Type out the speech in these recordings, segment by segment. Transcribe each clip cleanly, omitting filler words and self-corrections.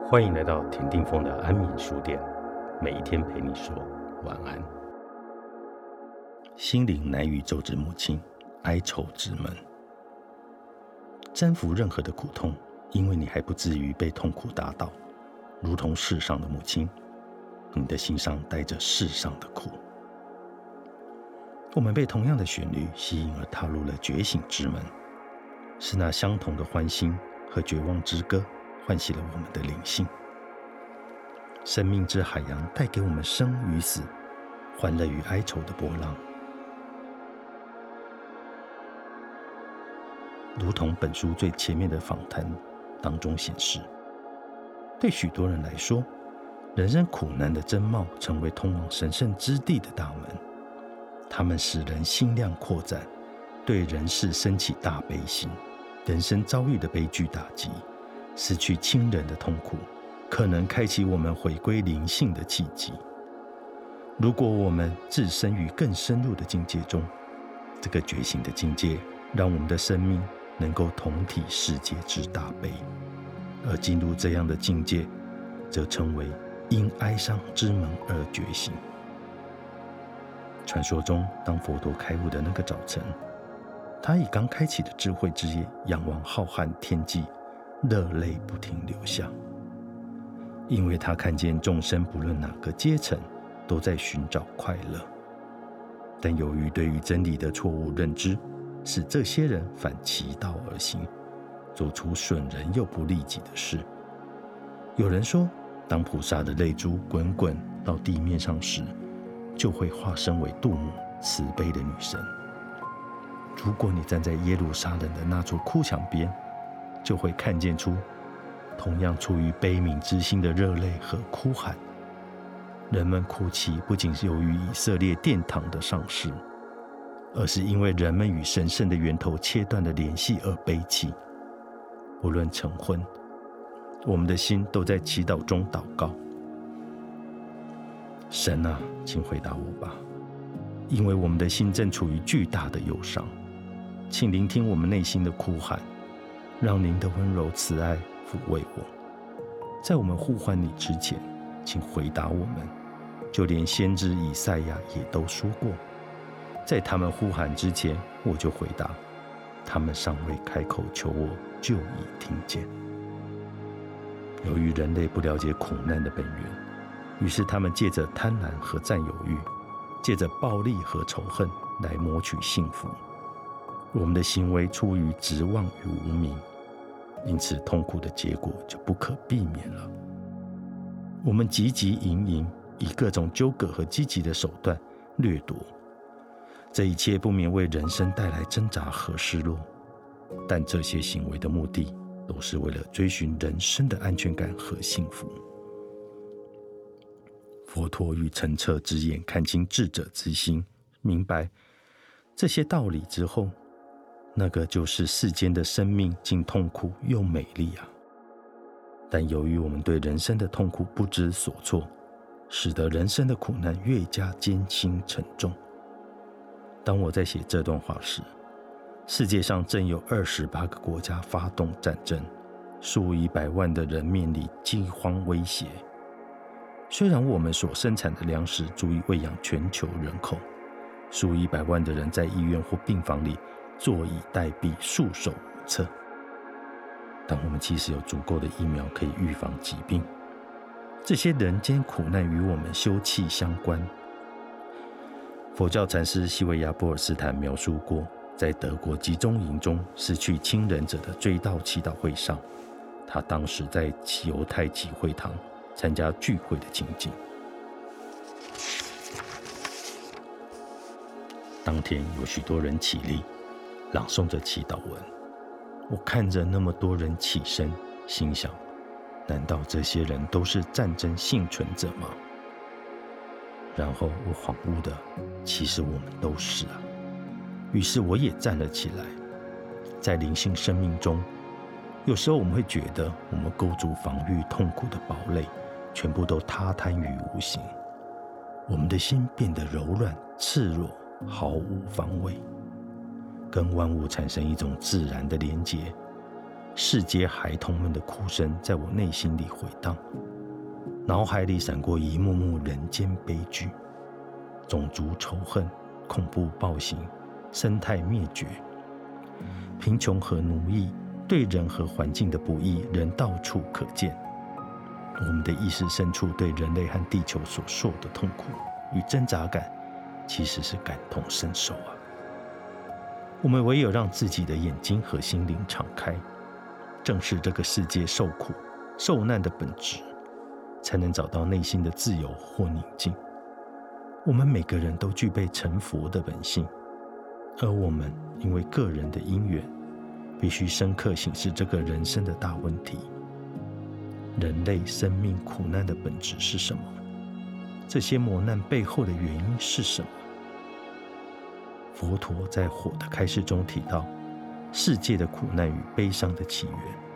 欢迎来到田定峰的安眠书店，每一天陪你说晚安。心灵难以咒之母亲，哀愁之门。征服任何的苦痛，因为你还不至于被痛苦打倒，如同世上的母亲，你的心上带着世上的苦。我们被同样的旋律吸引而踏入了觉醒之门，是那相同的欢欣和绝望之歌唤醒了我们的灵性。生命之海洋带给我们生与死、欢乐与哀愁的波浪，如同本书最前面的访谈当中显示，对许多人来说，人生苦难的真貌成为通往神圣之地的大门，它们使人心量扩展，对人世升起大悲心。人生遭遇的悲剧打击，失去亲人的痛苦，可能开启我们回归灵性的契机。如果我们置身于更深入的境界中，这个觉醒的境界让我们的生命能够同体世界之大悲，而进入这样的境界，则称为因哀伤之门而觉醒。传说中，当佛陀开悟的那个早晨，他以刚开启的智慧之眼仰望浩瀚天际，热泪不停流下，因为他看见众生不论哪个阶层都在寻找快乐，但由于对于真理的错误认知，使这些人反其道而行，做出损人又不利己的事。有人说，当菩萨的泪珠滚滚到地面上时，就会化身为杜母，慈悲的女神。如果你站在耶路撒冷的那座哭墙边，就会看见出同样出于悲悯之心的热泪和哭喊。人们哭泣不仅是由于以色列殿堂的丧失，而是因为人们与神圣的源头切断了联系而悲泣。不论晨昏，我们的心都在祈祷中祷告：神啊，请回答我吧，因为我们的心正处于巨大的忧伤。请聆听我们内心的哭喊，让您的温柔慈爱抚慰我。在我们呼唤你之前，请回答我们。就连先知以赛亚也都说过，在他们呼喊之前，我就回答，他们尚未开口求我，就已听见。由于人类不了解苦难的本源，于是他们借着贪婪和占有欲，借着暴力和仇恨来谋取幸福。我们的行为出于执妄与无明，因此痛苦的结果就不可避免了。我们汲汲营营，以各种纠葛和积极的手段掠夺，这一切不免为人生带来挣扎和失落，但这些行为的目的都是为了追寻人生的安全感和幸福。佛陀于澄澈之眼看清智者之心，明白这些道理之后，那个就是世间的生命既痛苦又美丽啊！但由于我们对人生的痛苦不知所措，使得人生的苦难越加艰辛沉重。当我在写这段话时，世界上正有28个国家发动战争，数以百万的人面临饥荒威胁。虽然我们所生产的粮食足以喂养全球人口，数以百万的人在医院或病房里坐以待毙，束手无策，但我们其实有足够的疫苗可以预防疾病。这些人间苦难与我们休戚相关。佛教禅师西维亚波尔斯坦描述过，在德国集中营中失去亲人者的追悼祈祷会上，他当时在犹太集会堂参加聚会的情景。当天有许多人起立，朗诵着祈祷文。我看着那么多人起身，心想，难道这些人都是战争幸存者吗？然后我恍悟的，其实我们都是啊。于是我也站了起来。在灵性生命中，有时候我们会觉得我们构筑防御痛苦的堡垒全部都塌摊于无形，我们的心变得柔软赤裸，毫无防卫，跟万物产生一种自然的连结， 世界孩童们的哭声在我内心里回荡，脑海里闪过一幕幕人间悲剧，种族仇恨、恐怖暴行、生态灭绝，贫穷和奴役对人和环境的不义仍到处可见。我们的意识深处对人类和地球所受的痛苦与挣扎感，其实是感同身受啊。我们唯有让自己的眼睛和心灵敞开，正视这个世界受苦受难的本质，才能找到内心的自由或宁静。我们每个人都具备成佛的本性，而我们因为个人的因缘，必须深刻省视这个人生的大问题：人类生命苦难的本质是什么？这些磨难背后的原因是什么？佛陀在《火的开示》中提到，世界的苦难与悲伤的起源。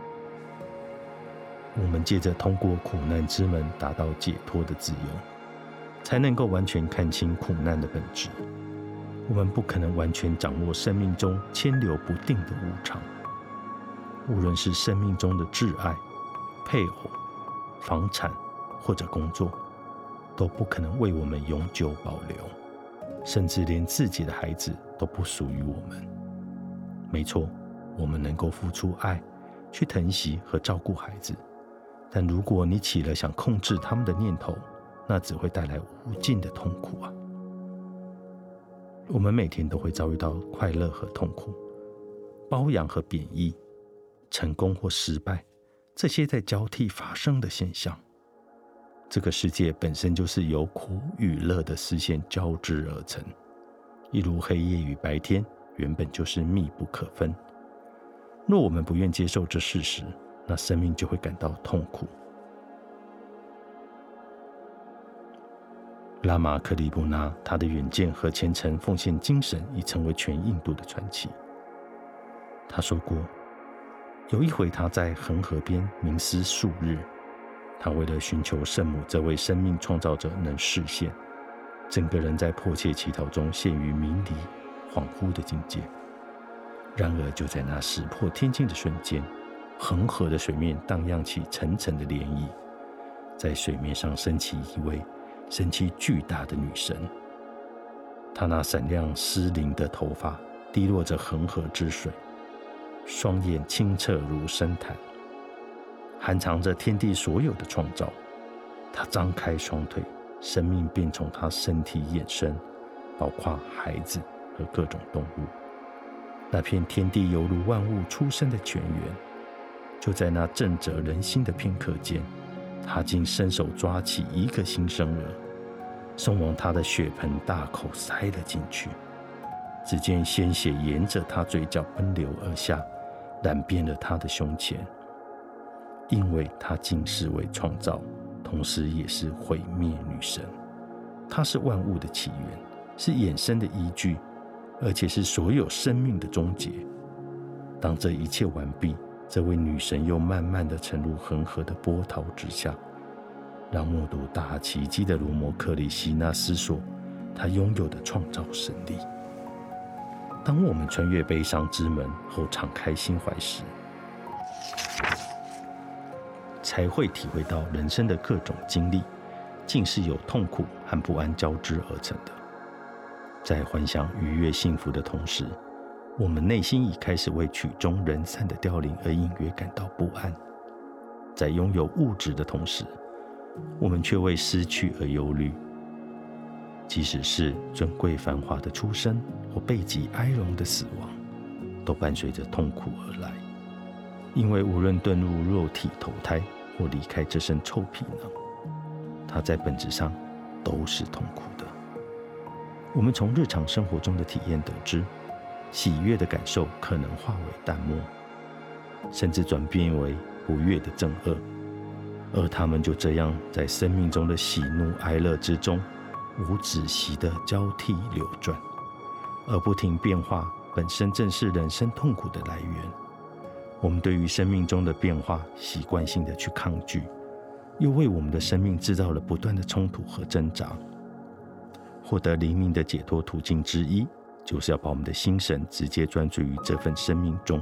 我们借着通过苦难之门达到解脱的自由，才能够完全看清苦难的本质。我们不可能完全掌握生命中牵流不定的无常，无论是生命中的挚爱、配偶、房产或者工作，都不可能为我们永久保留，甚至连自己的孩子都不属于我们。没错，我们能够付出爱，去疼惜和照顾孩子，但如果你起了想控制他们的念头，那只会带来无尽的痛苦啊。我们每天都会遭遇到快乐和痛苦，褒扬和贬义，成功或失败，这些在交替发生的现象。这个世界本身就是由苦与乐的丝线交织而成，一如黑夜与白天原本就是密不可分。若我们不愿接受这事实，那生命就会感到痛苦。拉玛克利布纳他的远见和虔诚奉献精神已成为全印度的传奇。他说过，有一回他在恒河边冥思数日，他为了寻求圣母这位生命创造者能示现，整个人在迫切祈祷中陷于迷离恍惚的境界。然而就在那石破天惊的瞬间，恒河的水面荡漾起层层的涟漪，在水面上升起一位身躯巨大的女神。她那闪亮失灵的头发滴落着恒河之水，双眼清澈如深潭，含藏着天地所有的创造。她张开双腿，生命便从她身体衍生，包括孩子和各种动物。那片天地犹如万物出生的泉源，就在那震慑人心的片刻间，他竟伸手抓起一个新生儿，送往他的血盆大口塞了进去。只见鲜血沿着他嘴角奔流而下，染遍了他的胸前。因为他竟是为创造，同时也是毁灭女神。她是万物的起源，是衍生的依据，而且是所有生命的终结。当这一切完毕，这位女神又慢慢地沉入恒河的波涛之下，让目睹大奇迹的罗摩克里希那思索他拥有的创造神力。当我们穿越悲伤之门后敞开心怀时，才会体会到人生的各种经历竟是由痛苦和不安交织而成的。在幻想愉悦幸福的同时，我们内心已开始为曲终人散的凋零而隐约感到不安。在拥有物质的同时，我们却为失去而忧虑。即使是尊贵繁华的出生或背脊哀荣的死亡，都伴随着痛苦而来。因为无论遁入肉体投胎或离开这身臭皮囊，它在本质上都是痛苦的。我们从日常生活中的体验得知，喜悦的感受可能化为淡漠，甚至转变为不悦的憎恶，而它们就这样在生命中的喜怒哀乐之中无止息的交替流转，而不停变化本身正是人生痛苦的来源。我们对于生命中的变化习惯性的去抗拒，又为我们的生命制造了不断的冲突和挣扎。获得黎明的解脱途径之一，就是要把我们的心神直接专注于这份生命中，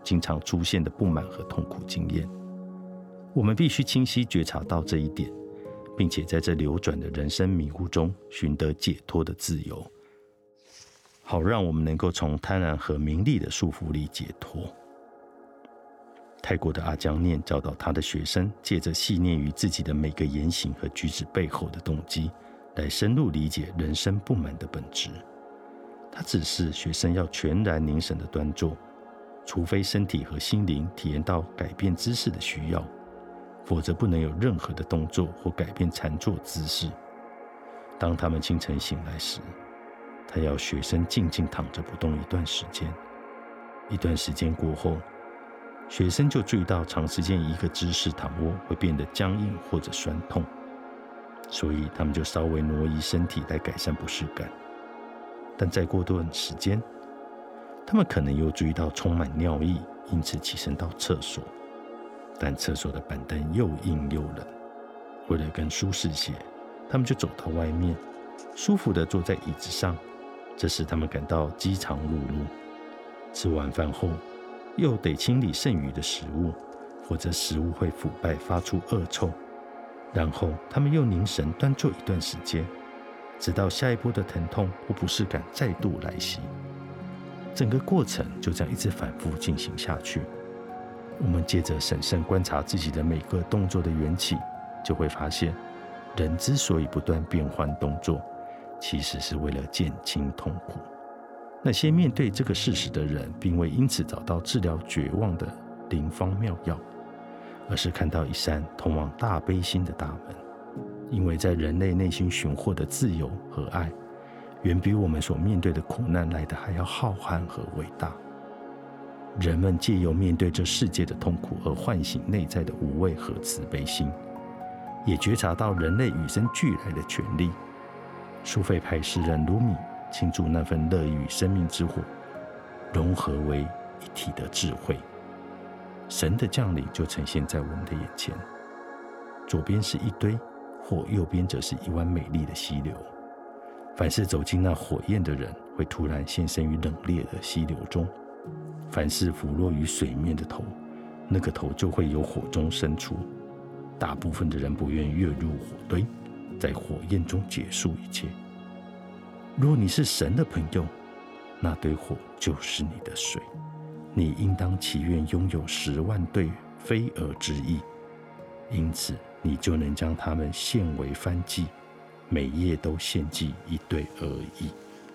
经常出现的不满和痛苦经验。我们必须清晰觉察到这一点，并且在这流转的人生迷雾中寻得解脱的自由，好让我们能够从贪婪和名利的束缚里解脱。泰国的阿姜念教导他的学生，借着细念于自己的每个言行和举止背后的动机，来深入理解人生不满的本质。他指示学生要全然凝神的端坐，除非身体和心灵体验到改变姿势的需要，否则不能有任何的动作或改变禅坐姿势。当他们清晨醒来时，他要学生静静躺着不动一段时间。一段时间过后，学生就注意到长时间一个姿势躺卧会变得僵硬或者酸痛，所以他们就稍微挪移身体来改善不适感。但再过段时间，他们可能又注意到充满尿意，因此起身到厕所，但厕所的板凳又硬又冷。为了更舒适些，他们就走到外面，舒服地坐在椅子上。这时他们感到饥肠辘辘。吃完饭后，又得清理剩余的食物，否则食物会腐败，发出恶臭。然后他们又凝神端坐一段时间，直到下一波的疼痛或不适感再度来袭。整个过程就这样一直反复进行下去。我们接着审慎观察自己的每个动作的缘起，就会发现，人之所以不断变换动作，其实是为了减轻痛苦。那些面对这个事实的人，并未因此找到治疗绝望的灵方妙药，而是看到一扇通往大悲心的大门。因为在人类内心寻获的自由和爱，远比我们所面对的苦难来得还要浩瀚和伟大。人们借由面对这世界的痛苦而唤醒内在的无畏和慈悲心，也觉察到人类与生俱来的权利。苏菲派诗人鲁米倾注那份乐意与生命之火融合为一体的智慧，神的降临就呈现在我们的眼前。左边是一堆，或右边则是一湾美丽的溪流。凡是走进那火焰的人，会突然现身于冷冽的溪流中；凡是俯落于水面的头，那个头就会由火中生出。大部分的人不愿跃入火堆，在火焰中结束一切。若你是神的朋友，那堆火就是你的水，你应当祈愿拥有10万对飞蛾之翼，因此你就能将它们献为燔祭，每夜都献祭1对蛾翼。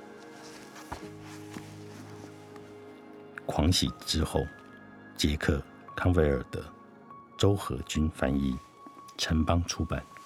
狂喜之后，杰克·康维尔德，周和君翻译，城邦出版。